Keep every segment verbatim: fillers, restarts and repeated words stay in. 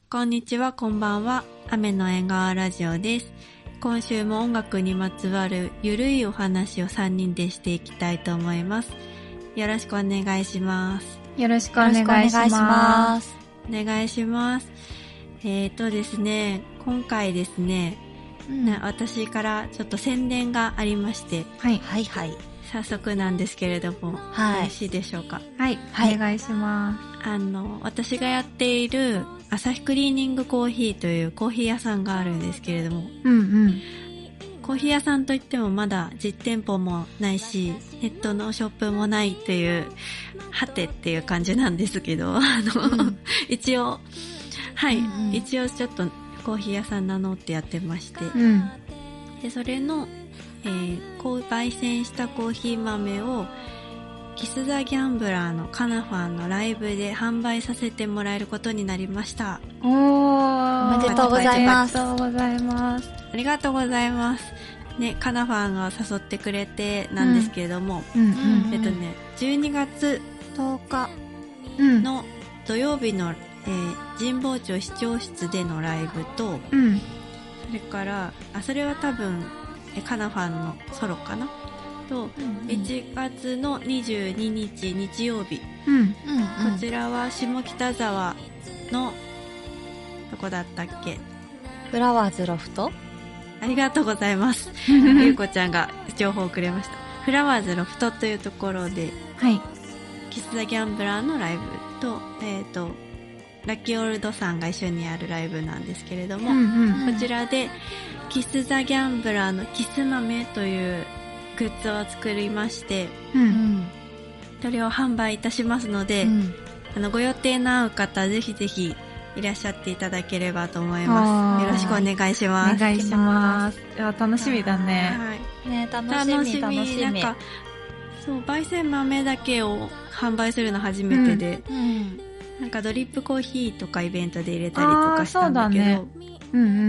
こんにちは、こんばんは。雨の縁側ラジオです。今週も音楽にまつわるゆるいお話をさんにんでしていきたいと思います。よろしくお願いします。 よろしくお願いします。 お願いします。えーとですね、今回ですね、うん、私からちょっと宣伝がありまして、 はいはいはい。 早速なんですけれども、はい、よろしいでしょうか。 はい、はい、お願いします。 あの、私がやっているアサヒクリーニングコーヒーというコーヒー屋さんがあるんですけれども、 うんうん。 コーヒー屋さんといってもまだ実店舗もないし、ネットのショップもないっていう、はてっていう感じなんですけど、あの、うん、一応、はい、うんうん、一応ちょっとコーヒー屋さん名乗ってやってまして、 うん、 でそれの、えー、こう焙煎したコーヒー豆をキス・ザ・ギャンブラーのカナファンのライブで販売させてもらえることになりました。 おー、 おめでとうございます。 ありがとうございます。 ありがとうございます。ね、カナファンが誘ってくれてなんですけれども、 うんうんうん、 えっとね、じゅうにがつとおかの土曜日の、えー、神保町市長室でのライブと、 うん、 それからあそれは多分えカナファンのソロかなと、うんうん、いちがつのにじゅうににち日曜日、 うんうんうん、 こちらは下北沢のどこだったっけ、 フラワーズロフト。 ありがとうございます。ゆうこちゃんが情報をくれました。フラワーズロフトというところで、 はい、 キス・ザ・ギャンブラーのライブと、えっと、ラッキーオールドさんが一緒にやるライブなんですけれども、 うんうんうん、 こちらでキス・ザ・ギャンブラーのキス豆というグッズを作りまして、 うんうん、 それを販売いたしますので、うん、あのご予定の合う方ぜひぜひいらっしゃっていただければと思います。よろしくお願いします。 お願いします。いや楽しみだね。 はい、ね、楽しみ楽しみ。楽しみ、 なんかそう焙煎豆だけを販売するの初めてで、うんうん、なんかドリップコーヒーとかイベントで入れたりとかしたんだけど、 ね、うんうん、うん、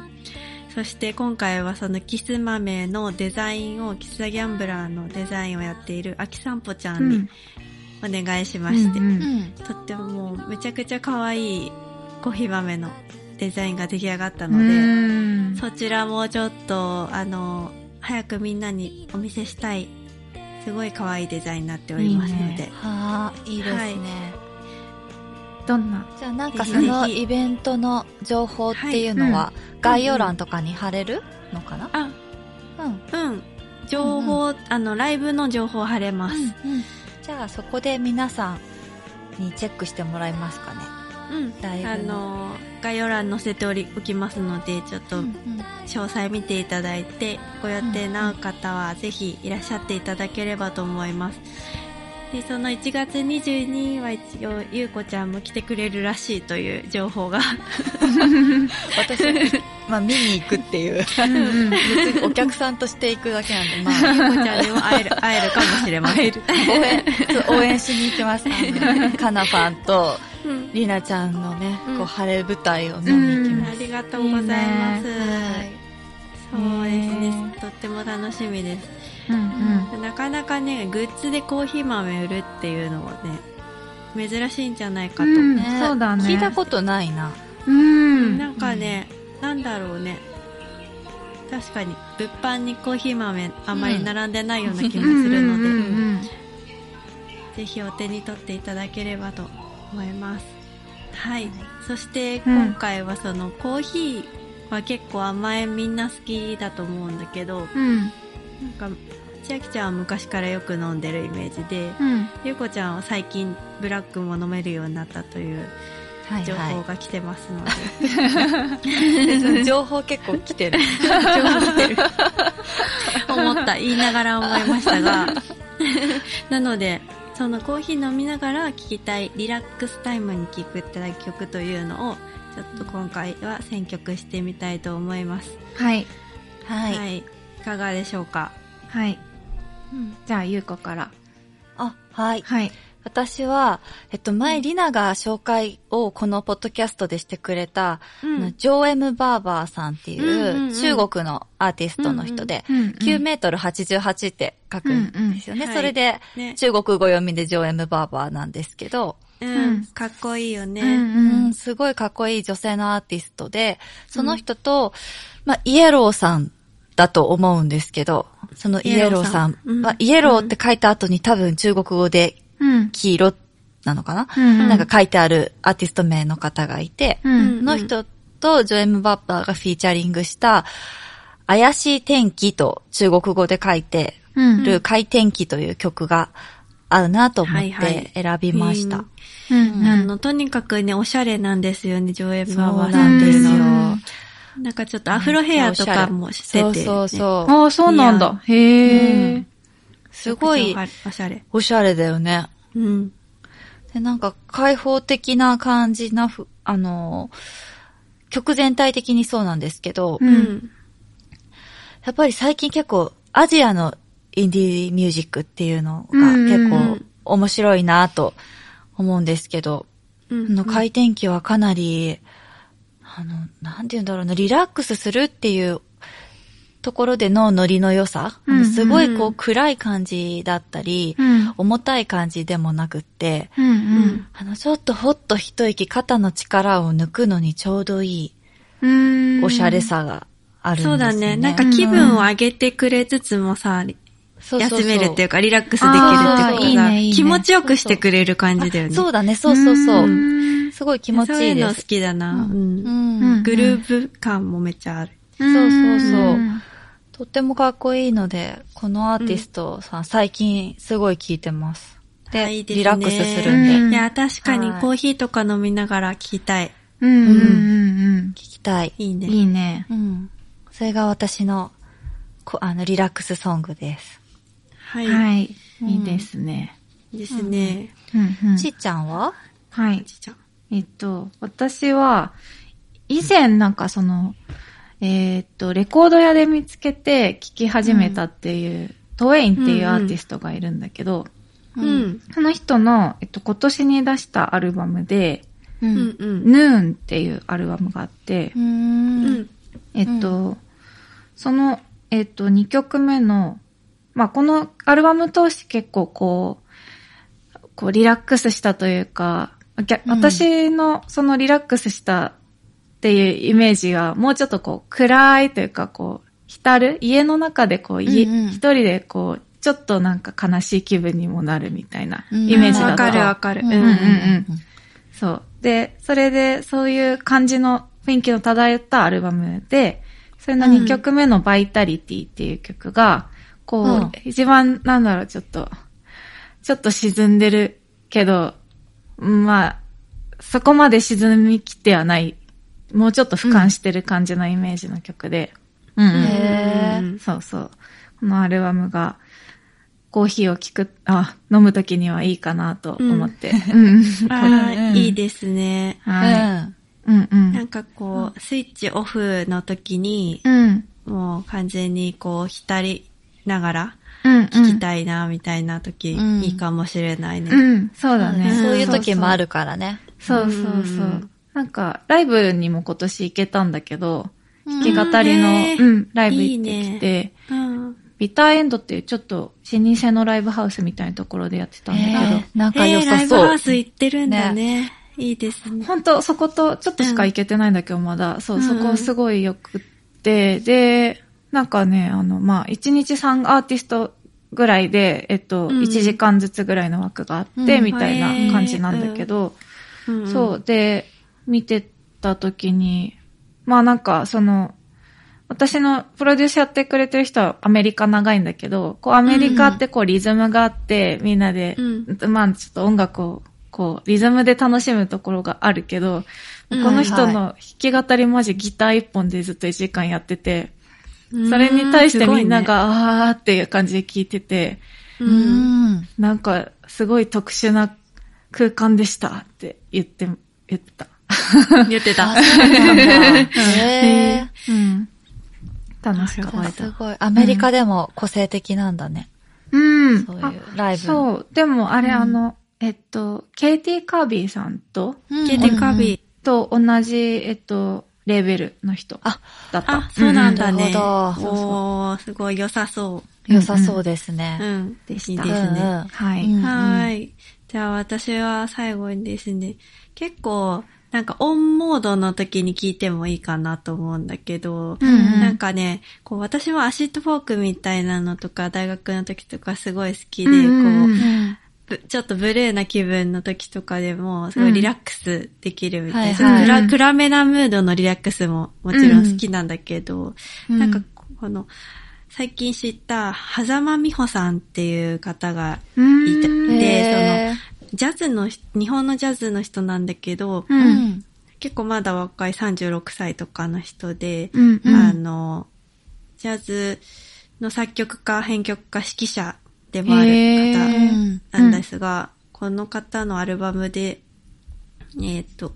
そして今回はそのキス豆のデザインをキス・ザ・ギャンブラーのデザインをやっているあきさんぽちゃんにお願いしまして、うんうん、とってももうめちゃくちゃ可愛いコーヒー豆のデザインが出来上がったので、そちらもちょっとあの早くみんなにお見せしたいすごい可愛いデザインになっておりますので、いいね、 はあ、いいですね、はい、 どんな、 じゃあなんかそのイベントの情報っていうのは概要欄とかに貼れるのかな。 あ、うんうん、情報、うんうん、あのライブの情報貼れます、 うんうん、じゃあそこで皆さんにチェックしてもらえますかね。 うん、あの概要欄載せておりおきますので、ちょっと詳細見ていただいて、ご予定の合う方はぜひいらっしゃっていただければと思います。でそのいちがつにじゅうににちは一応ゆうこちゃんも来てくれるらしいという情報が私は、まあ、見に行くっていう別にお客さんとして行くだけなんで、まあ、 ゆうこちゃんにも会える会えるかもしれません。 応援応援しに行きます。カナファンとりなちゃんのね、こう晴れ舞台を見に行きます。 ありがとうございます。いいね、そうですね、とっても楽しみです。うんうん、なかなかねグッズでコーヒー豆売るっていうのはね珍しいんじゃないかと、 うんね、そうだね、 聞いたことないな。 うん、 なんかね、うん、なんだろうね、確かに物販にコーヒー豆あんまり並んでないような気もするので、ぜひお手に取っていただければと思います。はい、うん、そして今回はそのコーヒーは結構甘えみんな好きだと思うんだけど、 うん、 なんか千秋ちゃんは昔からよく飲んでるイメージで、 うん、 ゆうこちゃんは最近ブラックも飲めるようになったという情報が来てますので、 はいはい、情報結構来てる情報来てる思った言いながら思いましたがなのでそのコーヒー飲みながら聴きたいリラックスタイムに聴く曲というのをちょっと今回は選曲してみたいと思います。 はいはい、 はい、いかがでしょうか。 はい、うん、じゃあゆうこから。 あ、はい、 はい、 私は、えっと、前、リナが紹介をこのポッドキャストでしてくれた、うん、ジョーエム・バーバーさんっていう、うんうんうん、中国のアーティストの人で、うんうん、きゅうメートルはちじゅうはちって書くんですよね。うんうん、それで、はいね、中国語読みでジョーエム・バーバーなんですけど、 うん、かっこいいよね、うんうん。すごいかっこいい女性のアーティストで、その人と、うん、まあ、イエローさんだと思うんですけど、そのイエローさん、イエローさん、うんまあ、イエローって書いた後に多分中国語で黄色なのかな、うん、なんか書いてあるアーティスト名の方がいて、うん、その人とジョエム・バッバーがフィーチャリングした怪しい天気と中国語で書いてる怪天気という曲が合うなと思って選びました。 はいはいうんうん、あのとにかくね、おしゃれなんですよね、ジョエム・バッバーさんっていうの。なんかちょっとアフロヘアとかもしてて、ね。 そうそうそう。 ああ、そうなんだ。へえ、うん。 すごい、 おしゃれ。 おしゃれだよね。 うん。 で、なんか開放的な感じなふ、あの、曲全体的にそうなんですけど、うん。やっぱり最近結構アジアのインディーミュージックっていうのが結構面白いなと思うんですけど、うんうん、の回転機はかなり、あの、なんて言うんだろうな、リラックスするっていうところでのノリの良さ、うんうん、すごいこう暗い感じだったり、うん、重たい感じでもなくって、うんうん、あのちょっとほっと一息肩の力を抜くのにちょうどいいおしゃれさがあるんですね。 そうだね。なんか気分を上げてくれつつもさ、うんそうそうそう休めるっていうかリラックスできるっていうかいいねいいね、 気持ちよくしてくれる感じだよね。 そうだね、そうそうそう。すごい気持ちいいです。そういうの好きだな。うんうんうん、グルーヴ感もめっちゃある。 そうそうそう。とってもかっこいいので、このアーティストさん、うん、最近すごい聴いてます。で、はい、いいですね、リラックスするんで。 いや、確かにコーヒーとか飲みながら聴きたい。 うんうんうんうん。 聴きたい。 いいね。 いいね。 うん。それが私の、こあの、リラックスソングです。 はい。はい。いいですね。 いいですね。 うんうん、ちっちゃんははい。 ちっちゃん。 えっと、私は、以前なんかその、えー、っと、レコード屋で見つけて聴き始めたっていう、うん、トウェインっていうアーティストがいるんだけど、 うんうん、 その人の、えっと、今年に出したアルバムで、 うんうん、 ヌーンっていうアルバムがあって、 うん、 えっと、うん、その、えっと、にきょくめの、まあ、このアルバム通して結構こう、こうリラックスしたというか、うん、私のそのリラックスしたっていうイメージはもうちょっとこう暗いというかこう浸る家の中でこう家、うんうん、一人でこうちょっとなんか悲しい気分にもなるみたいなイメージだった。 わ、うん、かるわかる。 うんうんうん。そう。で、それでそういう感じの雰囲気の漂ったアルバムで、それのにきょくめのバイタリティっていう曲が、こう、うん、一番なんだろうちょっと、ちょっと沈んでるけど、まあ、そこまで沈みきってはない、もうちょっと俯瞰してる感じのイメージの曲で。 うん。へー。そうそう。このアルバムが、コーヒーを聞く、あ、飲むときにはいいかなと思って。 うん。ああ、いいですね。 はい。うんうん。 なんかこう、スイッチオフの時に、 うん、 もう完全にこう、浸りながら、聞きたいな、みたいな時、うん、いいかもしれないね。 うん、そうだね。 そういう時もあるからね。 そうそうそう。うん、なんか、ライブにも今年行けたんだけど、弾き語りの、うん、ライブ行ってきて、いいね、うん、ビターエンドっていうちょっと老舗のライブハウスみたいなところでやってたんだけど、 なんか良さそう。 ライブハウス行ってるんだね。ね、いいですね。 本当そことちょっとしか行けてないんだけど、まだ。そう、そこすごいよくって、で、なんかね、あの、まあ、いちにちさんアーティストぐらいで、えっと、いちじかんずつぐらいの枠があって、みたいな感じなんだけど、そう、で、見てた時に、まあなんか、その、私のプロデュースやってくれてる人はアメリカ長いんだけど、こうアメリカってこうリズムがあって、みんなで、うん、まあちょっと音楽をこうリズムで楽しむところがあるけど、この人の弾き語りマジギター一本でずっといちじかんやってて、それに対してみんなが、ね、あーっていう感じで聞いてて、 うん、 なんかすごい特殊な空間でしたって言って、言ってた。 言ってた。 へー。 うん。楽しかった。 すごい。アメリカでも個性的なんだね。 うん。 そういうライブ。 そう。でもあれ、うん、あの、えっと、ケイティ・カービーさんと、 うん、ケイティ・カービーと同じ、えっと、レーベルの人だった。 あ、そうなんだね。 なるほど。 おー、すごい良さそう。 良さそうですね。 うん。 でした。 いいですね。 はい。 はい。 じゃあ私は最後にですね、結構、なんかオンモードの時に聞いてもいいかなと思うんだけど、うんうん、なんかね、こう私もアシッドフォークみたいなのとか大学の時とかすごい好きで、うんうん、こう、ちょっとブルーな気分の時とかでもすごいリラックスできるみたいな、うんはいはい、暗めなムードのリラックスももちろん好きなんだけど、うん、なんかこの、最近知った狭間美穂さんっていう方がいて、で、その、ジャズの、日本のジャズの人なんだけど、うん、結構まだ若いさんじゅうろくさいとかの人で、うんうん、あの、ジャズの作曲家、編曲家、指揮者でもある方なんですが、この方のアルバムで、えっと、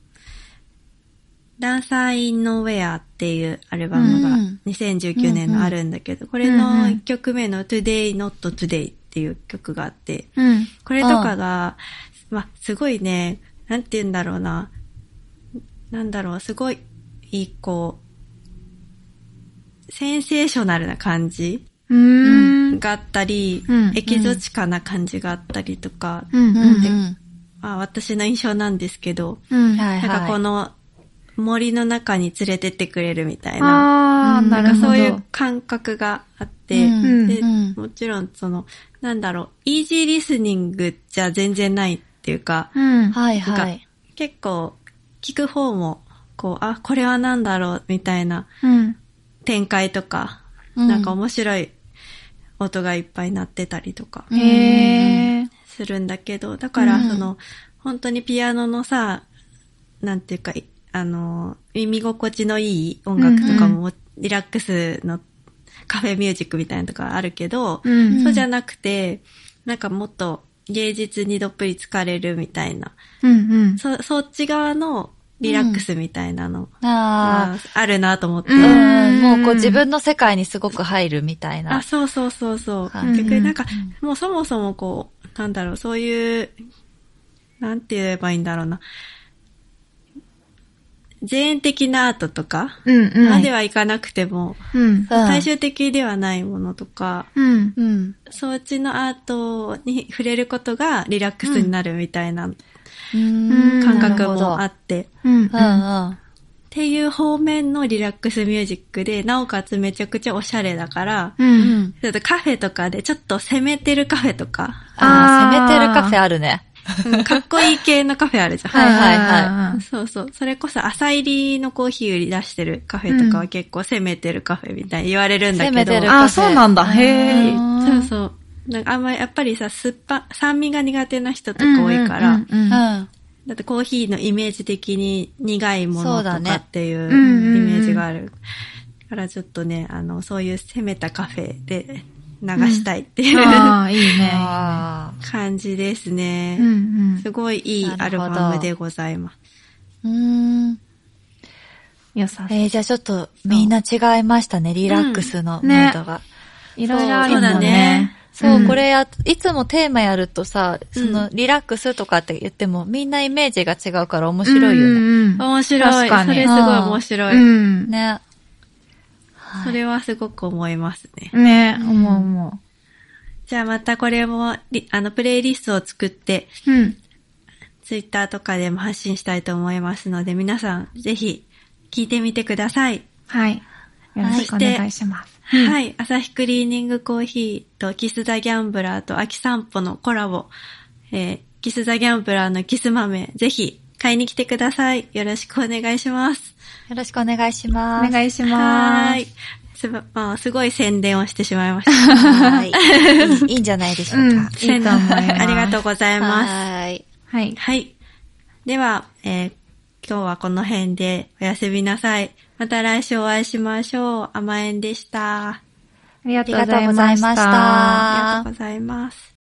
ダンサー・イン・ノーウェアっていうアルバムがにせんじゅうきゅうねんのあるんだけど、これのいっきょくめの Today Not Todayっていう曲があって、うん、これとかが、ま、すごいね、なんて言うんだろうな、なんだろう、すごい、いい、こう、センセーショナルな感じがあったり、うん、エキゾチカな感じがあったりとか、うんうんでまあ、私の印象なんですけど、うんはいはい、なんかこの森の中に連れてってくれるみたいな、あなんかそういう感覚があって、うんでうん、もちろんその、なんだろう、イージーリスニングじゃ全然ないっていうか、うん、はいはい。結構、聞く方も、こう、あ、これはなんだろう、みたいな、展開とか、うん、なんか面白い音がいっぱい鳴ってたりとか、へーするんだけど、だから、その、うん、本当にピアノのさ、なんていうか、あの、耳心地のいい音楽とかも、うんうん、リラックスのカフェミュージックみたいなのとかあるけど、うんうん、そうじゃなくて、なんかもっと芸術にどっぷり疲れるみたいな、うんうん、そ, そっち側のリラックスみたいなの、うん、あ, あるなと思って、うん、 もうこう自分の世界にすごく入るみたいな。 あ、そうそうそうそう。逆になんか、うん、もうそもそもこう、なんだろう、そういう、なんて言えばいいんだろうな。全員的なアートとか、うんうん、まではいかなくても、うん、最終的ではないものとか、うんうん、そっちのアートに触れることがリラックスになるみたいな、うん、感覚もあって、うんうんうん、っていう方面のリラックスミュージックで、なおかつめちゃくちゃおしゃれだから、うん、ちょっとカフェとかでちょっと攻めてるカフェとか、 ああ、攻めてるカフェあるね。 かっこいい系のカフェあるじゃん。はいはいはい。そうそう。それこそ朝入りのコーヒー売り出してるカフェとかは結構攻めてるカフェみたいに言われるんだけど。攻めてるカフェ。 あ、そうなんだ。へー。そうそう。なんかあんまりやっぱりさ、酸っぱ、酸味が苦手な人とか多いから、うんうんうん、だってコーヒーのイメージ的に苦いものとかっていうイメージがある。だからちょっとね、あの、そういう攻めたカフェで、流したいっていう、うん、あいいね感じですね、うんうん。すごいいいアルバムでございます。うーん。よさそう。えー、じゃあちょっとみんな違いましたね、リラックスのムードが。 いろいろあるもんね。そうだね。 そう、うん、これや、いつもテーマやるとさ、そのリラックスとかって言っても、みんなイメージが違うから面白いよね。うんうん、面白い。確かに。それすごい面白い。うん、 ね。 それはすごく思いますね。 ね、うん、思う思う。 じゃあまたこれも、あの、プレイリストを作って、うん。ツイッターとかでも発信したいと思いますので、皆さんぜひ聞いてみてください。 はい。よろしくお願いします。 はい。はい、アサヒクリーニングコーヒーとキスザギャンブラーと秋散歩のコラボ、えー、キスザギャンブラーのキス豆、ぜひ買いに来てください。よろしくお願いします。 よろしくお願いします。 お願いします。はい。 す, まあ、すごい宣伝をしてしまいました。 はいいい。いいんじゃないでしょうか。うん、いいと思います。ありがとうございます。 はい。 はい。はい。では、えー、今日はこの辺でおやすみなさい。また来週お会いしましょう。甘えんでした。 ありがとうございました。 ありがとうございます。